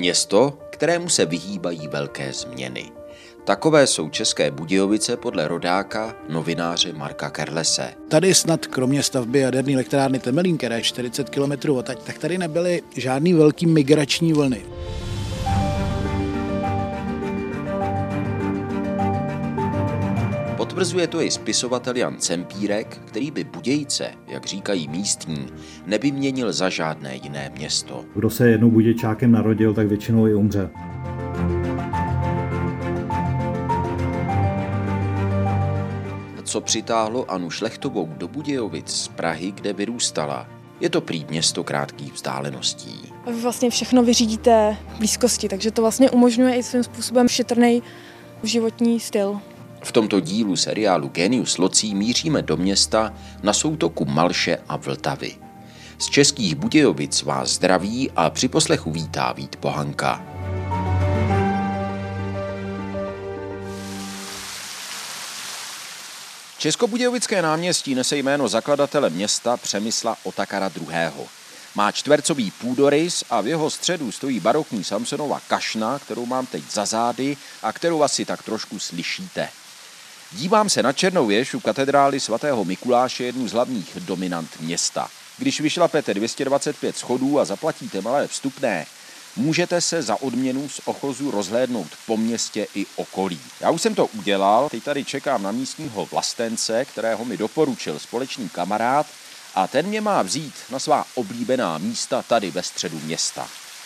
Město, kterému se vyhýbají velké změny. Takové jsou České Budějovice podle rodáka, novináře Marka Kerlese. Tady snad kromě stavby jaderné elektrárny Temelín, která je 40 km odtud, tak tady nebyly žádný velký migrační vlny. Potvrzuje to i spisovatel Jan Cempírek, který by Budějce, jak říkají místní, nevyměnil za žádné jiné město. Kdo se jednou Budějčákem narodil, tak většinou i umře. Co přitáhlo Anu Šlechtovou do Budějovic z Prahy, kde vyrůstala? Je to prý město krátkých vzdáleností. Vy vlastně všechno vyřídíte v blízkosti, takže to vlastně umožňuje i svým způsobem šetrný životní styl. V tomto dílu seriálu Genius Loci míříme do města na soutoku Malše a Vltavy. Z Českých Budějovic vás zdraví a při poslechu vítá Vít Pohanka. Českobudějovické náměstí nese jméno zakladatele města Přemysla Otakara II. Má čtvercový půdorys a v jeho středu stojí barokní Samsonova kašna, kterou mám teď za zády a kterou asi tak trošku slyšíte. Dívám se na černou věž u katedrály svatého Mikuláše, jednu z hlavních dominant města. Když vyšlapete 225 schodů a zaplatíte malé vstupné, můžete se za odměnu z ochozu rozhlédnout po městě i okolí. Já už jsem to udělal, teď tady čekám na místního vlastence, kterého mi doporučil společný kamarád, a ten mě má vzít na svá oblíbená místa tady ve středu města.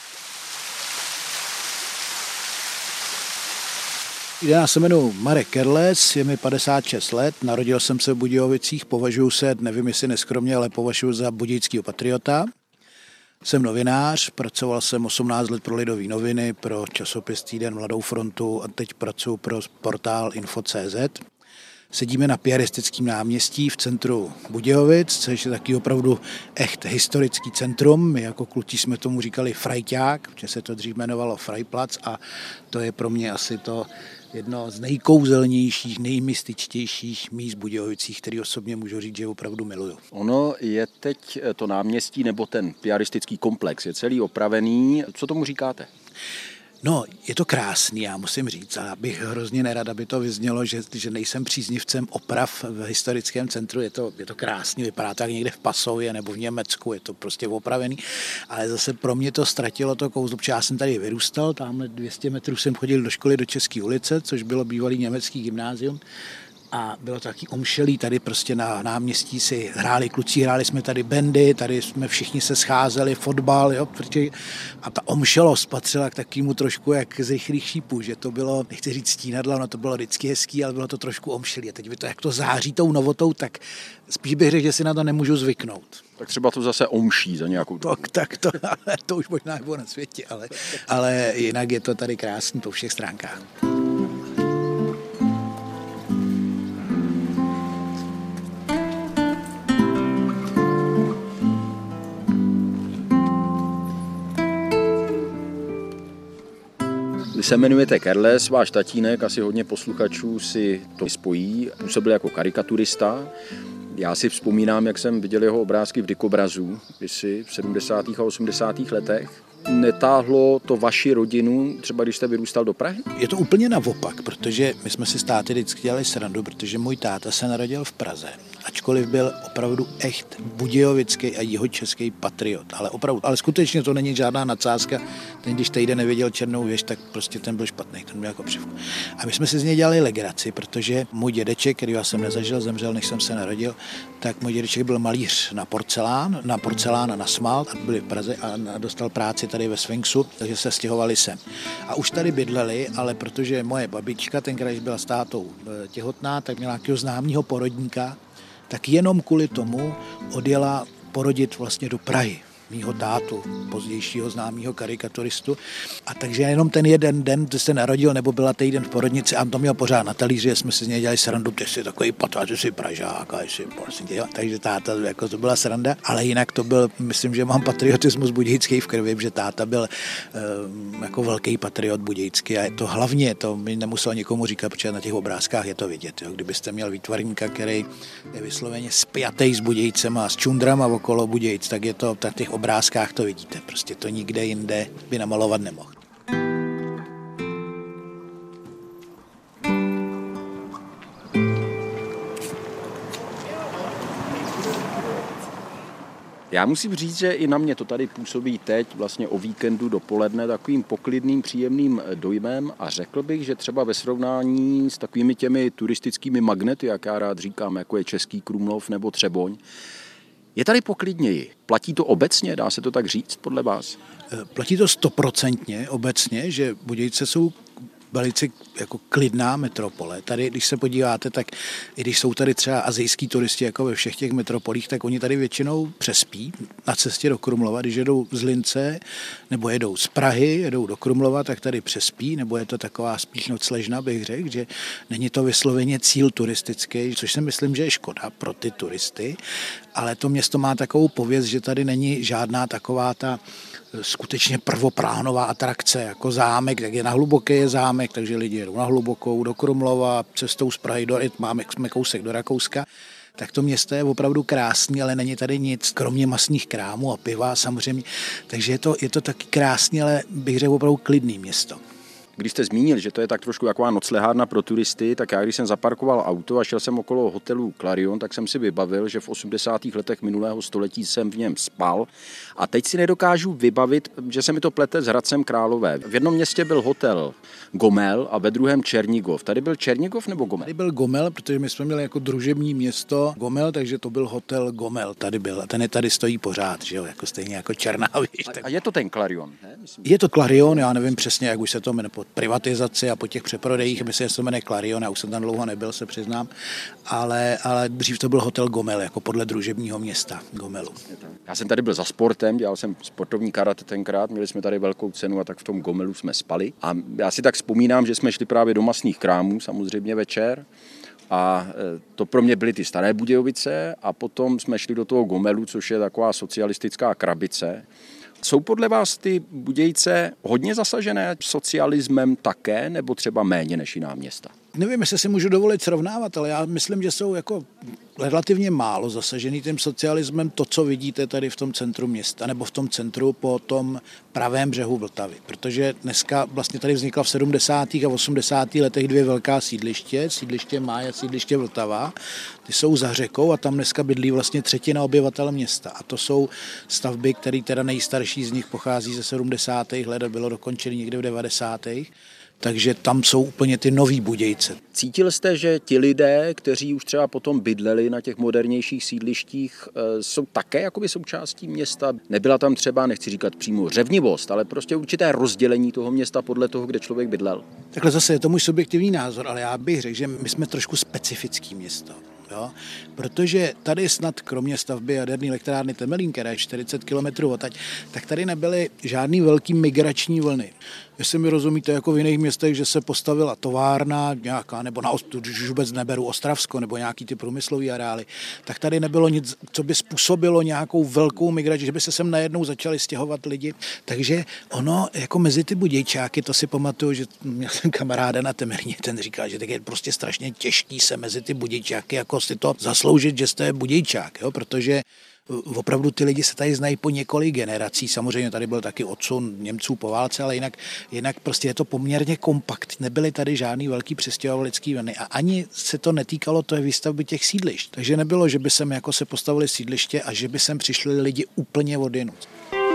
Já se jmenuji Marek Kerles, je mi 56 let, narodil jsem se v Budějovicích, považuji se, nevím jestli neskromně, ale považuji za budějického patriota. Jsem novinář, pracoval jsem 18 let pro Lidové noviny, pro časopis Týden, Mladou frontu a teď pracuji pro portál Info.cz. Sedíme na Piaristickém náměstí v centru Budějovic, což je taky opravdu echt historický centrum. My jako kluci jsme tomu říkali Frajťák, protože se to dřív jmenovalo Frajplac a to je pro mě asi to jedno z nejkouzelnějších, nejmystičtějších míst v Budějovicích, který osobně můžu říct, že opravdu miluju. Ono je teď to náměstí nebo ten piaristický komplex, je celý opravený. Co tomu říkáte? No, je to krásný, já musím říct, a bych hrozně nerad, aby to vyznělo, že nejsem příznivcem oprav v historickém centru, je to krásný, vypadá to jak někde v Pasově nebo v Německu, je to prostě opravený, ale zase pro mě to ztratilo to kouzlo, protože já jsem tady vyrůstal, tamhle 200 metrů jsem chodil do školy do České ulice, což bylo bývalý německý gymnázium. A bylo to taky omšelý, tady prostě na náměstí si hráli kluci, hráli jsme tady bandy, tady jsme všichni se scházeli, fotbal, jo, a ta omšelost patřila k takovému trošku jak z rychlých šípů, že to bylo, nechci říct stínadla, no to bylo vždycky hezký, ale bylo to trošku omšelý. A teď by to, jak to září tou novotou, tak spíš bych řekl, že si na to nemůžu zvyknout. Tak třeba to zase omší za nějakou dobu. To už možná bylo na světě, ale jinak je to tady krásný po všech stránkách. Vy se jmenujete Kerles, váš tatínek, asi hodně posluchačů si to spojí, působil jako karikaturista. Já si vzpomínám, jak jsem viděl jeho obrázky v Dikobrazu, kdysi v 70. a 80. letech. Netáhlo to vaši rodinu, třeba když jste vyrůstal do Prahy? Je to úplně naopak, protože my jsme si s táty vždycky dělali srandu, protože můj táta se narodil v Praze, ačkoliv byl opravdu echt budějovický a jihočeský patriot, ale opravdu, ale skutečně to není žádná nadsázka. Ten, když týden nevěděl černou věž, tak prostě ten byl špatný, ten byl jako křivku. A my jsme si z něj dělali legraci, protože můj dědeček, který já jsem nezažil, zemřel, než jsem se narodil, tak můj dědeček byl malíř na porcelán a na smalt a byli v Praze a dostal práci tady ve Sfinxu, takže se stěhovali sem. A už tady bydleli, ale protože moje babička, tenkrát, když byla s tátou těhotná, tak měla nějakého známého porodníka, tak jenom kvůli tomu odjela porodit vlastně do Prahy. Mýho tátu, pozdějšího známého karikaturistu. A takže jenom ten jeden den, kdy se narodil, nebo byla týden v porodnici, a to měl pořád na talíři, jsme si z něj dělali srandu, ty jsi takový patát, ty jsi Pražák, a jsi prostě, takže táta, jako to byla sranda, ale jinak to byl, myslím, že mám patriotismus budějický v krvi, že táta byl jako velký patriot budějický a to hlavně, to mi nemusel nikomu říkat, protože na těch obrázkách je to vidět, jo. Kdybyste měl výtvarníka, který je vysloveně spjatý s Budějcema a s čundrama okolo Budějic, tak je to na těch obrázkách to vidíte, prostě to nikde jinde by namalovat nemohl. Já musím říct, že i na mě to tady působí teď vlastně o víkendu dopoledne takovým poklidným, příjemným dojmem a řekl bych, že třeba ve srovnání s takovými těmi turistickými magnety, jak já rád říkám, jako je Český Krumlov nebo Třeboň, je tady poklidněji. Platí to obecně, dá se to tak říct podle vás? Platí to 100% obecně, že Budějice jsou velice jako klidná metropole. Tady, když se podíváte, tak i když jsou tady třeba asijský turisti jako ve všech těch metropolích, tak oni tady většinou přespí na cestě do Krumlova. Když jedou z Lince nebo jedou z Prahy, jedou do Krumlova, tak tady přespí, nebo je to taková spíš nocležna, bych řekl, že není to vysloveně cíl turistický, což si myslím, že je škoda pro ty turisty, ale to město má takovou pověst, že tady není žádná taková ta skutečně prvoplánová atrakce, jako zámek, tak je na Hluboké je zámek, takže lidi jedou na Hlubokou, do Krumlova, cestou z Prahy, máme kousek do Rakouska. Tak to město je opravdu krásný, ale není tady nic, kromě masných krámů a piva samozřejmě. Takže je to taky krásný, ale bych řekl opravdu klidný město. Když jste zmínil, že to je tak trošku taková noclehárna pro turisty, tak já když jsem zaparkoval auto a šel jsem okolo hotelu Clarion, tak jsem si vybavil, že v 80. letech minulého století jsem v něm spal a teď si nedokážu vybavit, že se mi to plete s Hradcem Králové. V jednom městě byl hotel Gomel a ve druhém Černigov. Tady byl Černigov nebo Gomel? Tady byl Gomel, protože my jsme měli jako družební město Gomel, takže to byl hotel Gomel. Tady byl a ten tady stojí pořád, že jo, jako stejně jako Černáviš. A je to ten Clarion, ne? Je to Clarion, já nevím přesně, jak už se to jmenuje, po privatizaci a po těch přeprodejích, myslím, že se to jmenuje Clarion, já už jsem tam dlouho nebyl, se přiznám, ale dřív to byl hotel Gomel, jako podle družebního města Gomelu. Já jsem tady byl za sportem, dělal jsem sportovní karate tenkrát, měli jsme tady velkou cenu a tak v tom Gomelu jsme spali. A já si tak vzpomínám, že jsme šli právě do masných krámů, samozřejmě večer. A to pro mě byly ty staré Budějovice a potom jsme šli do toho Gomelu, což je taková socialistická krabice. Jsou podle vás ty Budějce hodně zasažené socialismem také, nebo třeba méně než jiná města? Nevím, jestli si můžu dovolit srovnávat, ale já myslím, že jsou jako relativně málo zasažený tím socialismem to, co vidíte tady v tom centru města, nebo v tom centru po tom pravém břehu Vltavy. Protože dneska vlastně tady vznikla v 70. a 80. letech dvě velká sídliště, sídliště Máj a sídliště Vltava. Ty jsou za řekou a tam dneska bydlí vlastně třetina obyvatel města. A to jsou stavby, které teda nejstarší z nich pochází ze 70. let a bylo dokončeny někde v 90. Takže tam jsou úplně ty nový Budějce. Cítil jste, že ti lidé, kteří už třeba potom bydleli na těch modernějších sídlištích, jsou také jakoby součástí města? Nebyla tam třeba, nechci říkat přímo řevnivost, ale prostě určité rozdělení toho města podle toho, kde člověk bydlel? Takhle zase je to můj subjektivní názor, ale já bych řekl, že my jsme trošku specifický město. Jo? Protože tady snad kromě stavby jaderné elektrárny Temelín, která je 40 km odtaď, tak tady nebyly žádný velký migrační vlny. Jestli mi rozumíte, jako v jiných městech, že se postavila továrna nějaká, nebo už vůbec neberu Ostravsko, nebo nějaký ty průmyslový areály, tak tady nebylo nic, co by způsobilo nějakou velkou migraci, že by se sem najednou začali stěhovat lidi. Takže ono, jako mezi ty Budějčáky, to si pamatuju, že měl jsem kamaráda na Temelíně, ten říkal, že tak je prostě strašně těžký se mezi ty Budějčáky jako si to zasloužit, že jste Budějčák, jo? Protože opravdu ty lidi se tady znají po několik generací. Samozřejmě tady byl taky odsun Němců po válce, ale jinak prostě je to poměrně kompakt. Nebyly tady žádný velký přistěhovalecký vlny a ani se to netýkalo té výstavby těch sídlišť. Takže nebylo, že by sem jako se postavili sídliště a že by sem přišli lidi úplně odjinud.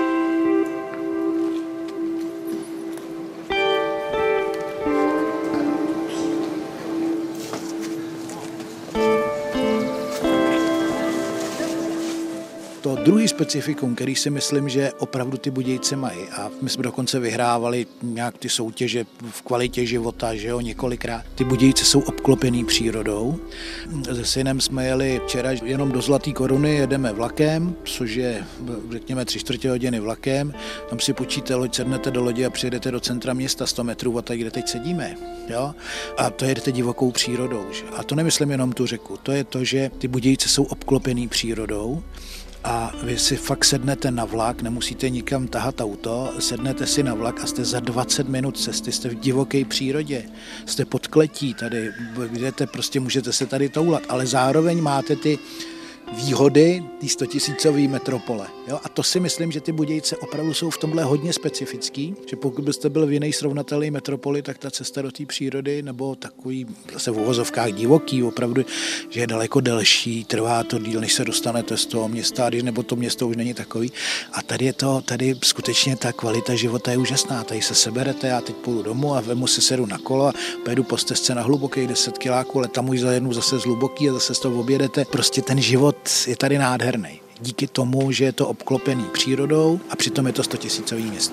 To druhý specifikum, který si myslím, že opravdu ty Budějce mají, a my jsme dokonce vyhrávali nějak ty soutěže v kvalitě života, že jo, několikrát. Ty Budějce jsou obklopený přírodou. Se synem jsme jeli včera jenom do Zlaté Koruny, jedeme vlakem, což je, řekněme, 3/4 hodiny vlakem. Tam si počíte loď, sednete do lodi a přijedete do centra města 100 metrů od tady, kde teď sedíme. Jo? A to jedete divokou přírodou. Že? A to nemyslím jenom tu řeku. To je to, že ty Budějce jsou obklopený přírodou. A vy si fakt sednete na vlak, nemusíte nikam tahat auto, sednete si na vlak a jste za 20 minut cesty, jste v divoké přírodě, jste pod kletí tady, jdete, prostě můžete se tady toulat, ale zároveň máte ty výhody té 100 000 metropole. Jo? A to si myslím, že ty Budějce opravdu jsou v tomhle hodně specifický, že pokud byste byl v jiné srovnatelné metropoli, tak ta cesta do té přírody nebo takový zase v uvozovkách divoký, opravdu, že je daleko delší, trvá to díl, než se dostanete z toho města, nebo to město už není takový. A tady skutečně ta kvalita života je úžasná. Tady se seberete, já teď půjdu domů a vemu si sedu na kolo a pojedu po stezce na hlubokých 10 kiláků, ale tam už za jednu zase z hluboký a zase z toho objedete. Prostě ten život je tady nádherný. Díky tomu, že je to obklopený přírodou a přitom je to 100 000 město.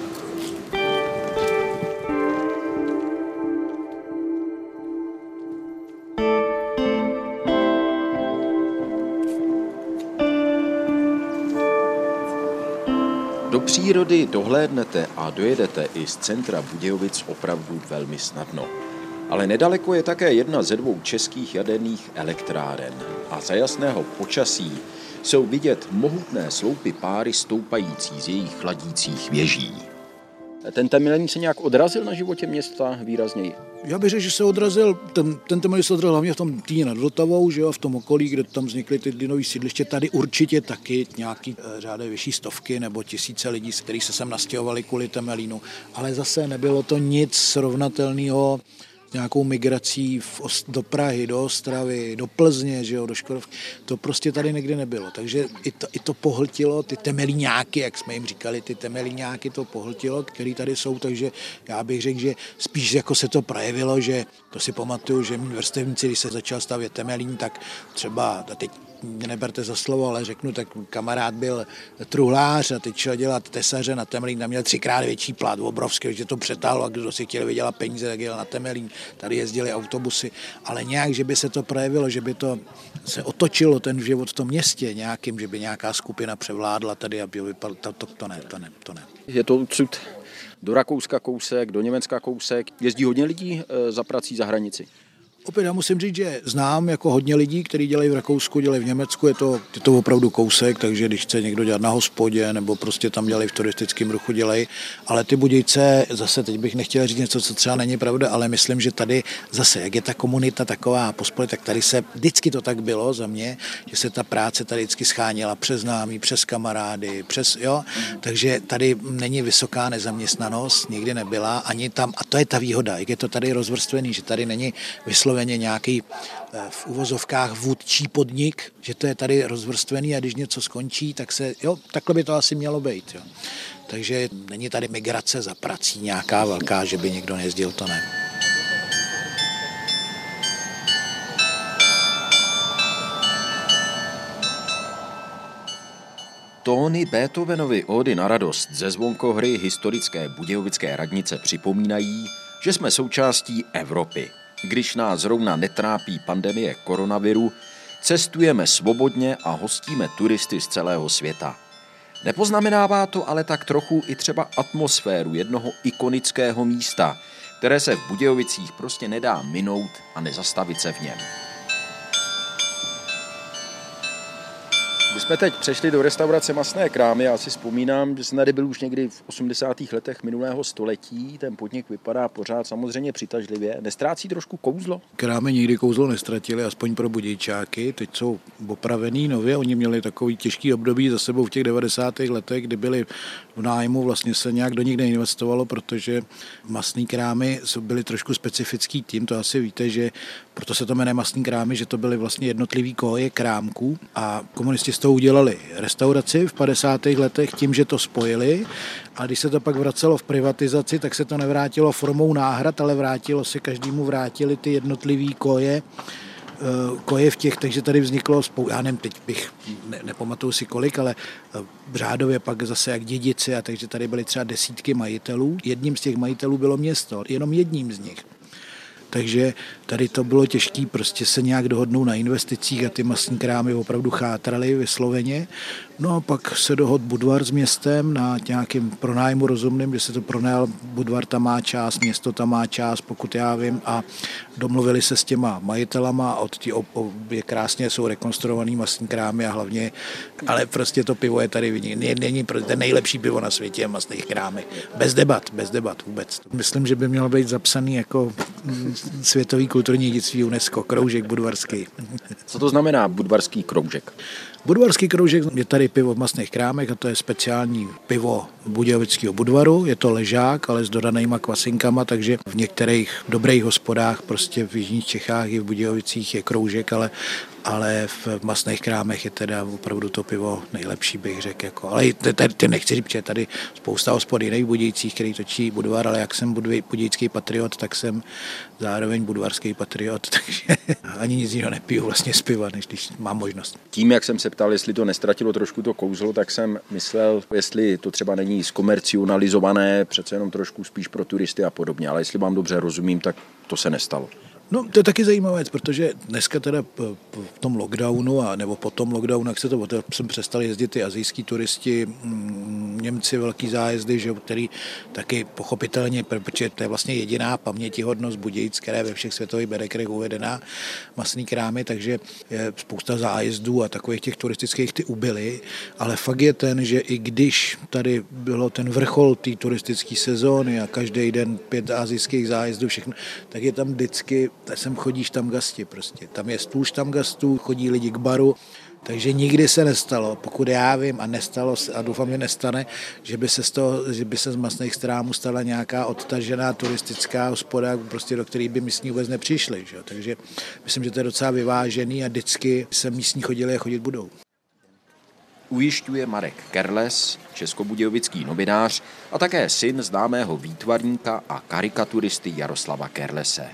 Do přírody dohlédnete a dojedete i z centra Budějovic opravdu velmi snadno. Ale nedaleko je také jedna ze 2 českých jaderných elektráren a za jasného počasí jsou vidět mohutné sloupy páry stoupající z jejich chladících věží. Ten Temelín se nějak odrazil na životě města výrazněji? Já bych řekl, že se odrazil, ten Temelín se odrazil hlavně v tom Týně nad Vltavou, že jo, v tom okolí, kde tam vznikly ty dynové sídliště. Tady určitě taky nějaký řádé vyšší stovky nebo tisíce lidí, kteří se sem nastěhovali kvůli Temelínu. Ale zase nebylo to nic srovnatelného nějakou migrací do Prahy, do Ostravy, do Plzně, že jo, do Škodovky. To prostě tady nikdy nebylo. Takže i to pohltilo, ty temelíňáky, jak jsme jim říkali, ty temelíňáky to pohltilo, který tady jsou, takže já bych řekl, že spíš jako se to projevilo, že to si pamatuju, že mý vrstevníci, když se začal stavět Temelín, tak třeba, teď mě neberte za slovo, ale řeknu, tak kamarád byl truhlář a teď šel dělat tesaře na Temelín, tam měl 3krát větší plát, obrovský, že to přetáhlo a kdo si chtěl vydělat peníze, tak jel na Temelín, tady jezdili autobusy, ale nějak, že by se to projevilo, že by to se otočilo ten život v tom městě nějakým, že by nějaká skupina převládla tady a vypadalo, to ne. Je to odsud do Rakouska kousek, do Německa kousek, jezdí hodně lidí za prací za hranici. Opět já musím říct, že znám jako hodně lidí, kteří dělají v Rakousku, dělají v Německu, je to opravdu kousek, takže když chce někdo dělat na hospodě nebo prostě tam dělají v turistickém ruchu, dělají. Ale ty Budějce, zase teď bych nechtěl říct něco, co třeba není pravda, ale myslím, že tady zase, jak je ta komunita taková pospolitá, tak tady se vždycky to tak bylo za mě, že se ta práce tady vždycky scháněla přes známí, přes kamarády, takže tady není vysoká nezaměstnanost, nikdy nebyla, ani tam, a to je ta výhoda, jak je to tady rozvrstvený, že tady není nějaký v uvozovkách vůdčí podnik, že to je tady rozvrstvený a když něco skončí, tak takhle by to asi mělo být. Jo. Takže není tady migrace za prací nějaká velká, že by někdo nejezdil, to ne. Tóny Beethovenovy ódy na radost ze zvonkohry historické budějovické radnice připomínají, že jsme součástí Evropy. Když nás zrovna netrápí pandemie koronaviru, cestujeme svobodně a hostíme turisty z celého světa. Nepoznamenává to ale tak trochu i třeba atmosféru jednoho ikonického místa, které se v Budějovicích prostě nedá minout a nezastavit se v něm. My jsme teď přešli do restaurace Mastné krámy. Já si vzpomínám, že jsem tady byl už někdy v 80. letech minulého století. Ten podnik vypadá pořád samozřejmě přitažlivě. Nestrácí trošku kouzlo? Krámy nikdy kouzlo nestratili, aspoň pro Budějčáky. Teď jsou opravený nově. Oni měli takový těžký období za sebou v těch 90. letech, kdy byli v nájmu. Vlastně se nějak do nich neinvestovalo, protože Mastné krámy byly trošku specifický tým. To asi víte, že proto se to jmenuje Mastné krámy, že to byly vlastně jednotlivý koje krámků a komunisti z toho udělali restauraci v 50. letech tím, že to spojili, a když se to pak vracelo v privatizaci, tak se to nevrátilo formou náhrad, ale vrátili ty jednotlivý koje v těch, takže tady vzniklo já nevím, teď bych nepamatuju si kolik, ale řádově pak zase jak dědici, a takže tady byly třeba desítky majitelů. Jedním z těch majitelů bylo město, jenom jedním z nich. Takže tady to bylo těžké prostě se nějak dohodnout na investicích a ty Mastné krámy opravdu chátraly vysloveně. No a pak se dohod Budvar s městem na nějakým pronájmu rozumným, kde se to pronajal, Budvar tam má část, město tam má část, pokud já vím, a domluvili se s těma majitelama a od je krásně, jsou rekonstruovaný masní krámy a hlavně, ale prostě to pivo je tady, není ten nejlepší pivo na světě, masných krámy. Bez debat vůbec. Myslím, že by mělo být zapsaný jako světový kulturní dědictví UNESCO, kroužek budvarský. Co to znamená budvarský kroužek? Budvarský kroužek je tady pivo v masných krámech a to je speciální pivo budějovického Budvaru. Je to ležák, ale s dodanýma kvasinkama, takže v některých dobrých hospodách, prostě v jižních Čechách i v Budějovicích je kroužek, ale v masných krámech je teda opravdu to pivo nejlepší, bych řekl. Jako. Ale tady nechci říct, že tady spousta hospod jiných v Budějcích, který točí Budvar, ale jak jsem budějický patriot, tak jsem zároveň budvarský patriot, takže ani nic jiného nepiju vlastně z piva, než když mám možnost. Tím, jak jsem se ptal, jestli to nestratilo trošku to kouzlo, tak jsem myslel, jestli to třeba není zkomercionalizované, přece jenom trošku spíš pro turisty a podobně, ale jestli vám dobře rozumím, tak to se nestalo. No, to je taky zajímavá věc, protože dneska teda v tom lockdownu, nebo po tom lockdownu, jak se to jsem přestal jezdit ty asijský turisti, Němci, velký zájezdy, že, který taky pochopitelně, protože to je vlastně jediná pamětihodnost Budějic, která je ve všech světových berekrech uvedená, masný krámy, takže je spousta zájezdů a takových těch turistických ty ubyly, ale fakt je ten, že i když tady bylo ten vrchol té turistické sezóny a každý den 5 asijských zájezdů, všechno, tak je tam vždycky, sem chodíš tam gasti prostě. Tam je stůl tam gastů, chodí lidi k baru, takže nikdy se nestalo, pokud já vím, a nestalo a doufám, že nestane, že by se z masných strámů stala nějaká odtažená turistická hospoda, prostě do které by místní vůbec nepřišli. Že? Takže myslím, že to je docela vyvážený a vždycky se místní chodili a chodit budou. Ujišťuje Marek Kerles, českobudějovický novinář a také syn známého výtvarníka a karikaturisty Jaroslava Kerlese.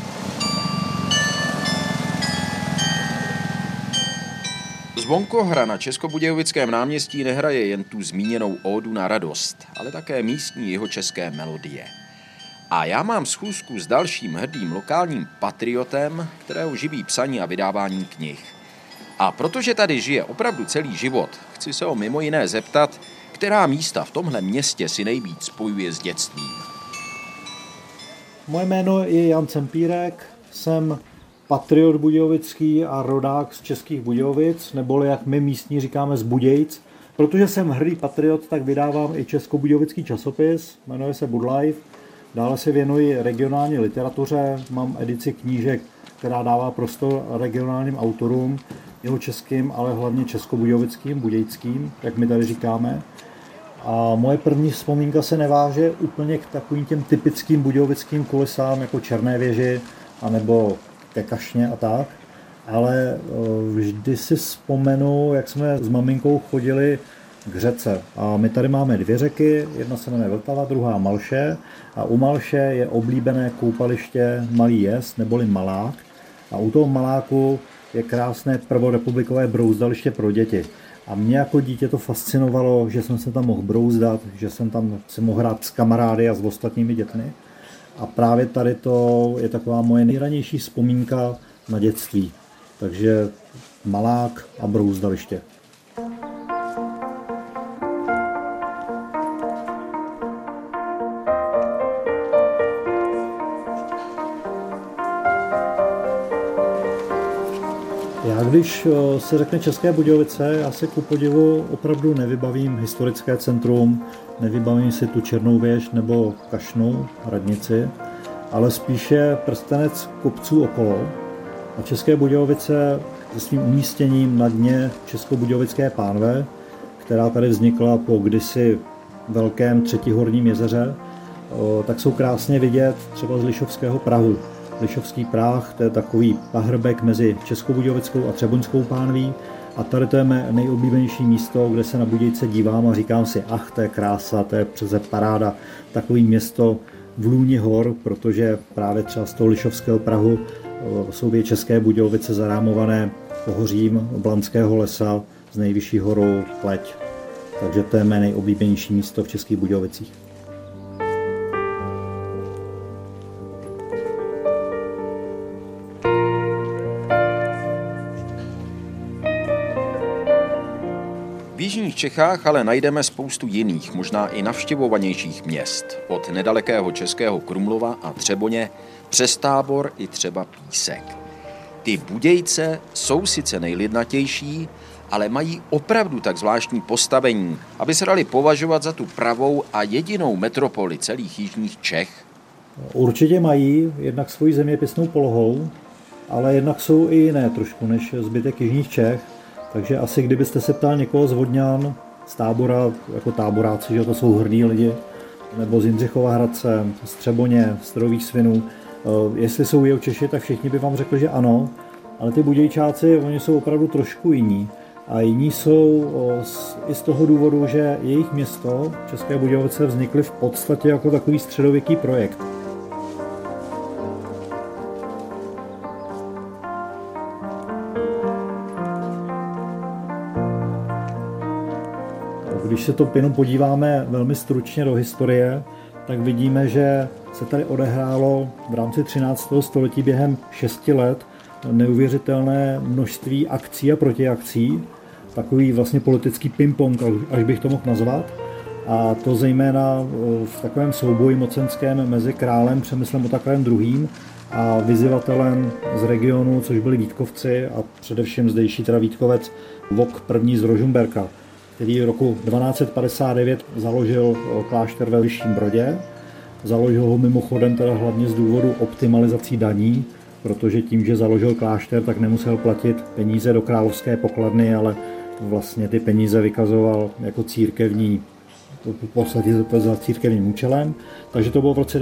Zvonkohra na Českobudějovickém náměstí nehraje jen tu zmíněnou ódu na radost, ale také místní jihočeské melodie. A já mám schůzku s dalším hrdým lokálním patriotem, kterého živí psaní a vydávání knih. A protože tady žije opravdu celý život, chci se ho mimo jiné zeptat, která místa v tomhle městě si nejvíc spojuje s dětstvím. Moje jméno je Jan Cempírek, jsem patriot budějovický a rodák z Českých Budějovic, neboli jak my místní říkáme z Budějc. Protože jsem hrdý patriot, tak vydávám i českobudějovický časopis, jmenuje se Budlife. Dále se věnuji regionální literatuře, mám edici knížek, která dává prostor regionálním autorům, jeho českým, ale hlavně českobudějovickým, budějským, jak my tady říkáme. A moje první vzpomínka se neváže úplně k takovým těm typickým budějovickým kulisám, jako Černé věži, anebo ke Kašně a tak. Ale vždy si vzpomenu, jak jsme s maminkou chodili k řece. A my tady máme 2 řeky, jedna se jmenuje Vltava, druhá Malše. A u Malše je oblíbené koupaliště Malý Jez, neboli Malák. A u toho Maláku je krásné prvorepublikové brouzdaliště pro děti. A mě jako dítě to fascinovalo, že jsem se tam mohl brouzdat, že jsem tam se mohl hrát s kamarády a s ostatními dětmi. A právě tady to je taková moje nejranější vzpomínka na dětství. Takže Malák a brouzdaliště. Když se řekne České Budějovice, já si ku podivu opravdu nevybavím historické centrum, nevybavím si tu Černou věž nebo Kašnu, radnici, ale spíše prstenec kopců okolo. A České Budějovice se svým umístěním na dně Českobudějovické pánve, která tady vznikla po kdysi velkém třetihorním jezeře, tak jsou krásně vidět třeba z Lišovského prahu. Lišovský práh, to je takový pahrbek mezi Českobudějovickou a Třeboňskou pánví a tady to je mé nejoblíbenější místo, kde se na Budějce dívám a říkám si, ach, to je krása, to je přece paráda, takový město v lůni hor, protože právě třeba z toho Lišovského prahu jsou České Budějovice zarámované pohořím Blanského lesa s nejvyšší horou Pleť. Takže to je mé nejoblíbenější místo v Českých Budějovicích. V jižní Čechách ale najdeme spoustu jiných, možná i navštěvovanějších měst. Od nedalekého českého Krumlova a Třeboně přes Tábor i třeba Písek. Ty Budějce jsou sice nejlidnatější, ale mají opravdu tak zvláštní postavení, aby se dali považovat za tu pravou a jedinou metropoli celých jižních Čech. Určitě mají jednak svoji zeměpisnou polohou, ale jednak jsou i jiné trošku než zbytek jižních Čech. Takže asi kdybyste se ptal někoho z Vodňan, z Tábora, jako táboráci, že to jsou hrdí lidi, nebo z Jindřichova Hradce, z Třeboně, z Trových Svinů, jestli jsou Jihočeši, tak všichni by vám řekli, že ano, ale ty Budějčáci, oni jsou opravdu trošku jiní. A jiní jsou i z toho důvodu, že jejich město, České Budějovice, vznikly v podstatě jako takový středověký projekt. Když se to jenom podíváme velmi stručně do historie, tak vidíme, že se tady odehrálo v rámci 13. století během 6 let neuvěřitelné množství akcí a protiakcí, takový vlastně politický ping-pong, až bych to mohl nazvat. A to zejména v takovém souboji mocenském mezi králem Přemyslem Otakarem II. A vyzývatelem z regionu, což byli Vítkovci a především zdejší teda Vítkovec Vok I. z Rožmberka, který roku 1259 založil klášter ve Vyšším Brodě. Založil ho mimochodem teda hlavně z důvodu optimalizací daní, protože tím, že založil klášter, tak nemusel platit peníze do královské pokladny, ale vlastně ty peníze vykazoval jako církevní, v podstatě za církevním účelem. Takže to bylo v roce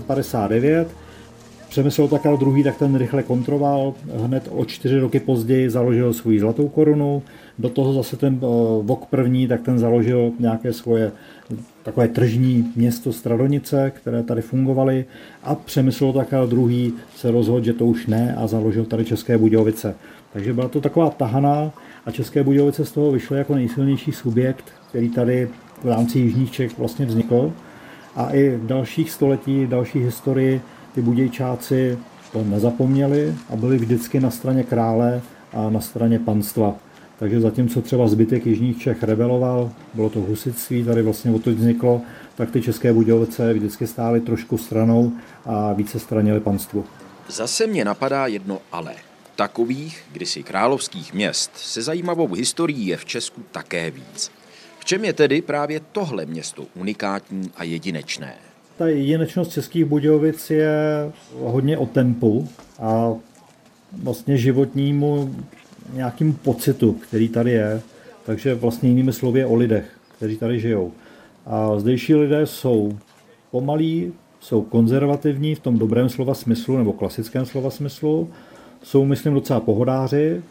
1259. Přemysl Otakar II. Tak ten rychle kontroval, hned o 4 roky později založil svou zlatou korunu, do toho zase ten Vok I. Tak ten založil nějaké svoje takové tržní město Stradonice, které tady fungovaly, a Přemysl Otakar II. Se rozhodl, že to už ne, a založil tady České Budějovice. Takže byla to taková tahana a České Budějovice z toho vyšly jako nejsilnější subjekt, který tady v rámci jižních Čech vlastně vznikl. A i v dalších století, v další historii ty Budějčáci to nezapomněli a byli vždycky na straně krále a na straně panstva. Takže zatímco třeba zbytek jižních Čech rebeloval, bylo to husitství, tady vlastně odtud vzniklo, tak ty České Budějovice vždycky stály trošku stranou a více stranili panstvu. Zase mě napadá jedno ale. Takových, kdysi královských měst, se zajímavou historií je v Česku také víc. V čem je tedy právě tohle město unikátní a jedinečné? Ta jedinečnost Českých Budějovic je hodně o tempu a vlastně životnímu nějakým pocitu, který tady je. Takže vlastně jinými slovy o lidech, kteří tady žijou. A zdejší lidé jsou pomalí, jsou konzervativní v tom dobrém slova smyslu nebo klasickém slova smyslu, jsou, myslím, docela pohodáři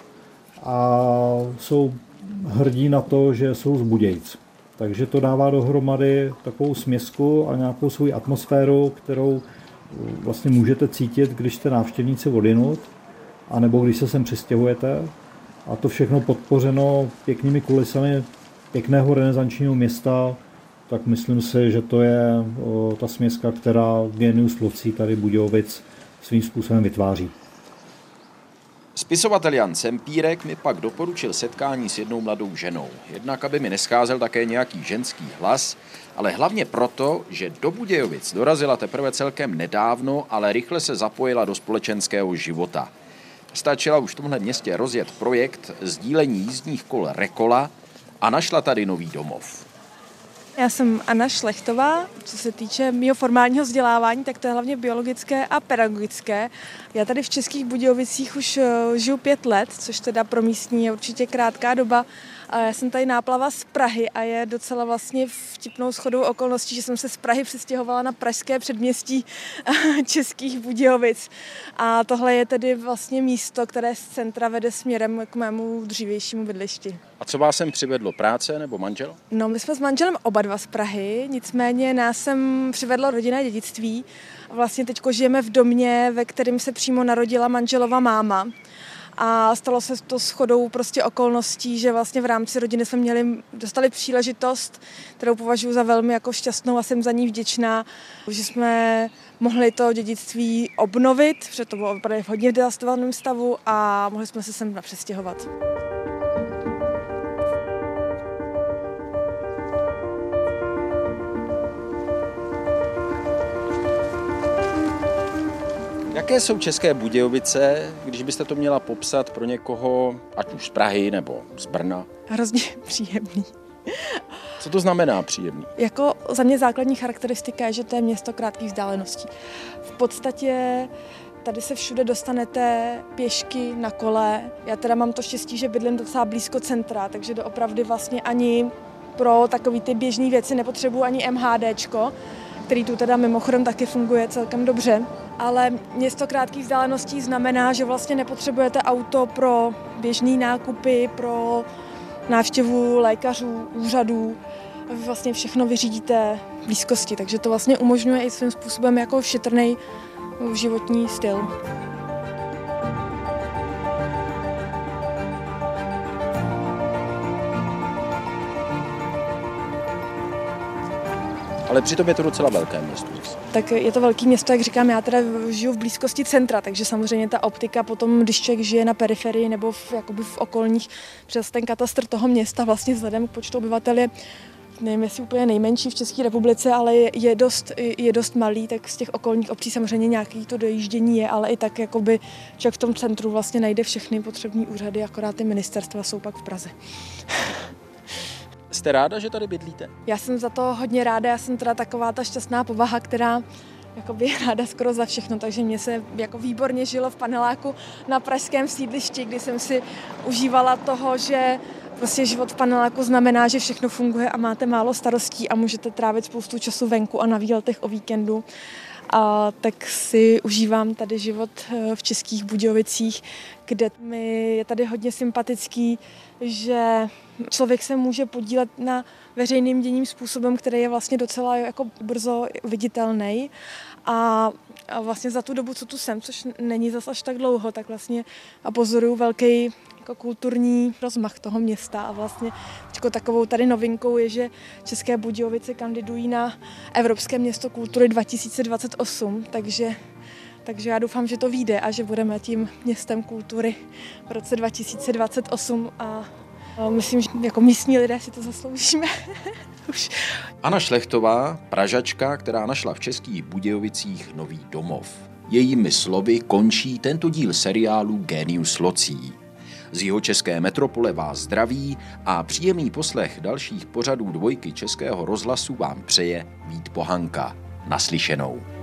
a jsou hrdí na to, že jsou z Budějc. Takže to dává dohromady takovou směsku a nějakou svou atmosféru, kterou vlastně můžete cítit, když jste návštěvníci odjinud, anebo když se sem přistěhujete. A to všechno podpořeno pěknými kulisami pěkného renesančního města, tak myslím si, že to je ta směska, která Genius loci tady Budějovic svým způsobem vytváří. Spisovatel Jan Sempírek mi pak doporučil setkání s jednou mladou ženou. Jednak, aby mi nescházel také nějaký ženský hlas, ale hlavně proto, že do Budějovic dorazila teprve celkem nedávno, ale rychle se zapojila do společenského života. Stačila už v tomhle městě rozjet projekt sdílení jízdních kol Rekola a našla tady nový domov. Já jsem Anna Šlechtová, co se týče mého formálního vzdělávání, tak to je hlavně biologické a pedagogické. Já tady v Českých Budějovicích už žiju 5 let, což teda pro místní je určitě krátká doba. A já jsem tady náplava z Prahy a je docela vlastně vtipnou shodou okolností, že jsem se z Prahy přestěhovala na pražské předměstí Českých Budějovic. A tohle je tedy vlastně místo, které z centra vede směrem k mému dřívějšímu bydlišti. A co vás sem přivedlo, práce nebo manžel? No, my jsme s manželem oba dva z Prahy, nicméně nás sem přivedlo rodinné dědictví. A vlastně teďko žijeme v domě, ve kterém se přímo narodila manželova máma. A stalo se to shodou prostě okolností, že vlastně v rámci rodiny jsme dostali příležitost, kterou považuji za velmi jako šťastnou a jsem za ní vděčná, že jsme mohli to dědictví obnovit, protože to bylo opravdu v hodně devastovaném stavu a mohli jsme se sem přestěhovat. Jaké jsou České Budějovice, když byste to měla popsat pro někoho, ať už z Prahy nebo z Brna? Hrozně příjemný. Co to znamená příjemný? Jako za mě základní charakteristika je, že to je město krátkých vzdáleností. V podstatě tady se všude dostanete pěšky, na kole. Já teda mám to štěstí, že bydlím docela blízko centra, takže doopravdy vlastně ani pro takový ty běžné věci nepotřebuji ani MHDčko, který tu teda mimochodem taky funguje celkem dobře. Ale město krátkých vzdáleností znamená, že vlastně nepotřebujete auto pro běžné nákupy, pro návštěvu lékařů, úřadů. Vlastně všechno vyřídíte v blízkosti, takže to vlastně umožňuje i svým způsobem jako šetrný životní styl. Ale přitom je to docela velké město. Tak je to velké město, jak říkám, já teda žiju v blízkosti centra, takže samozřejmě ta optika potom, když člověk žije na periferii nebo v okolních, přes ten katastr toho města vlastně vzhledem k počtu obyvatel je, nevím, jestli úplně nejmenší v České republice, ale je dost malý, tak z těch okolních obcí samozřejmě nějaký to dojíždění je, ale i tak jakoby člověk v tom centru vlastně najde všechny potřebné úřady, akorát ty ministerstva jsou pak v Praze. Jste ráda, že tady bydlíte? Já jsem za to hodně ráda, já jsem teda taková ta šťastná povaha, která jakoby je ráda skoro za všechno, takže mě se jako výborně žilo v paneláku na pražském sídlišti, kdy jsem si užívala toho, že prostě život v paneláku znamená, že všechno funguje a máte málo starostí a můžete trávit spoustu času venku a na výletech o víkendu. A tak si užívám tady život v Českých Budějovicích, kde mi je tady hodně sympatický, že člověk se může podílet na veřejným děním způsobem, který je vlastně docela jako brzo viditelný. A vlastně za tu dobu, co tu jsem, což není zas až tak dlouho, tak vlastně a pozoruju velký jako kulturní rozmach toho města. A vlastně takovou tady novinkou je, že České Budějovice kandidují na Evropské město kultury 2028, takže já doufám, že to vyjde a že budeme tím městem kultury v roce 2028 a myslím, že jako místní lidé si to zasloužíme. Už. Anna Šlechtová, Pražačka, která našla v Českých Budějovicích nový domov. Jejími slovy končí tento díl seriálu Génius loci. Z jihočeské metropole vás zdraví a příjemný poslech dalších pořadů Dvojky Českého rozhlasu vám přeje Vít Pohanka. Naslyšenou.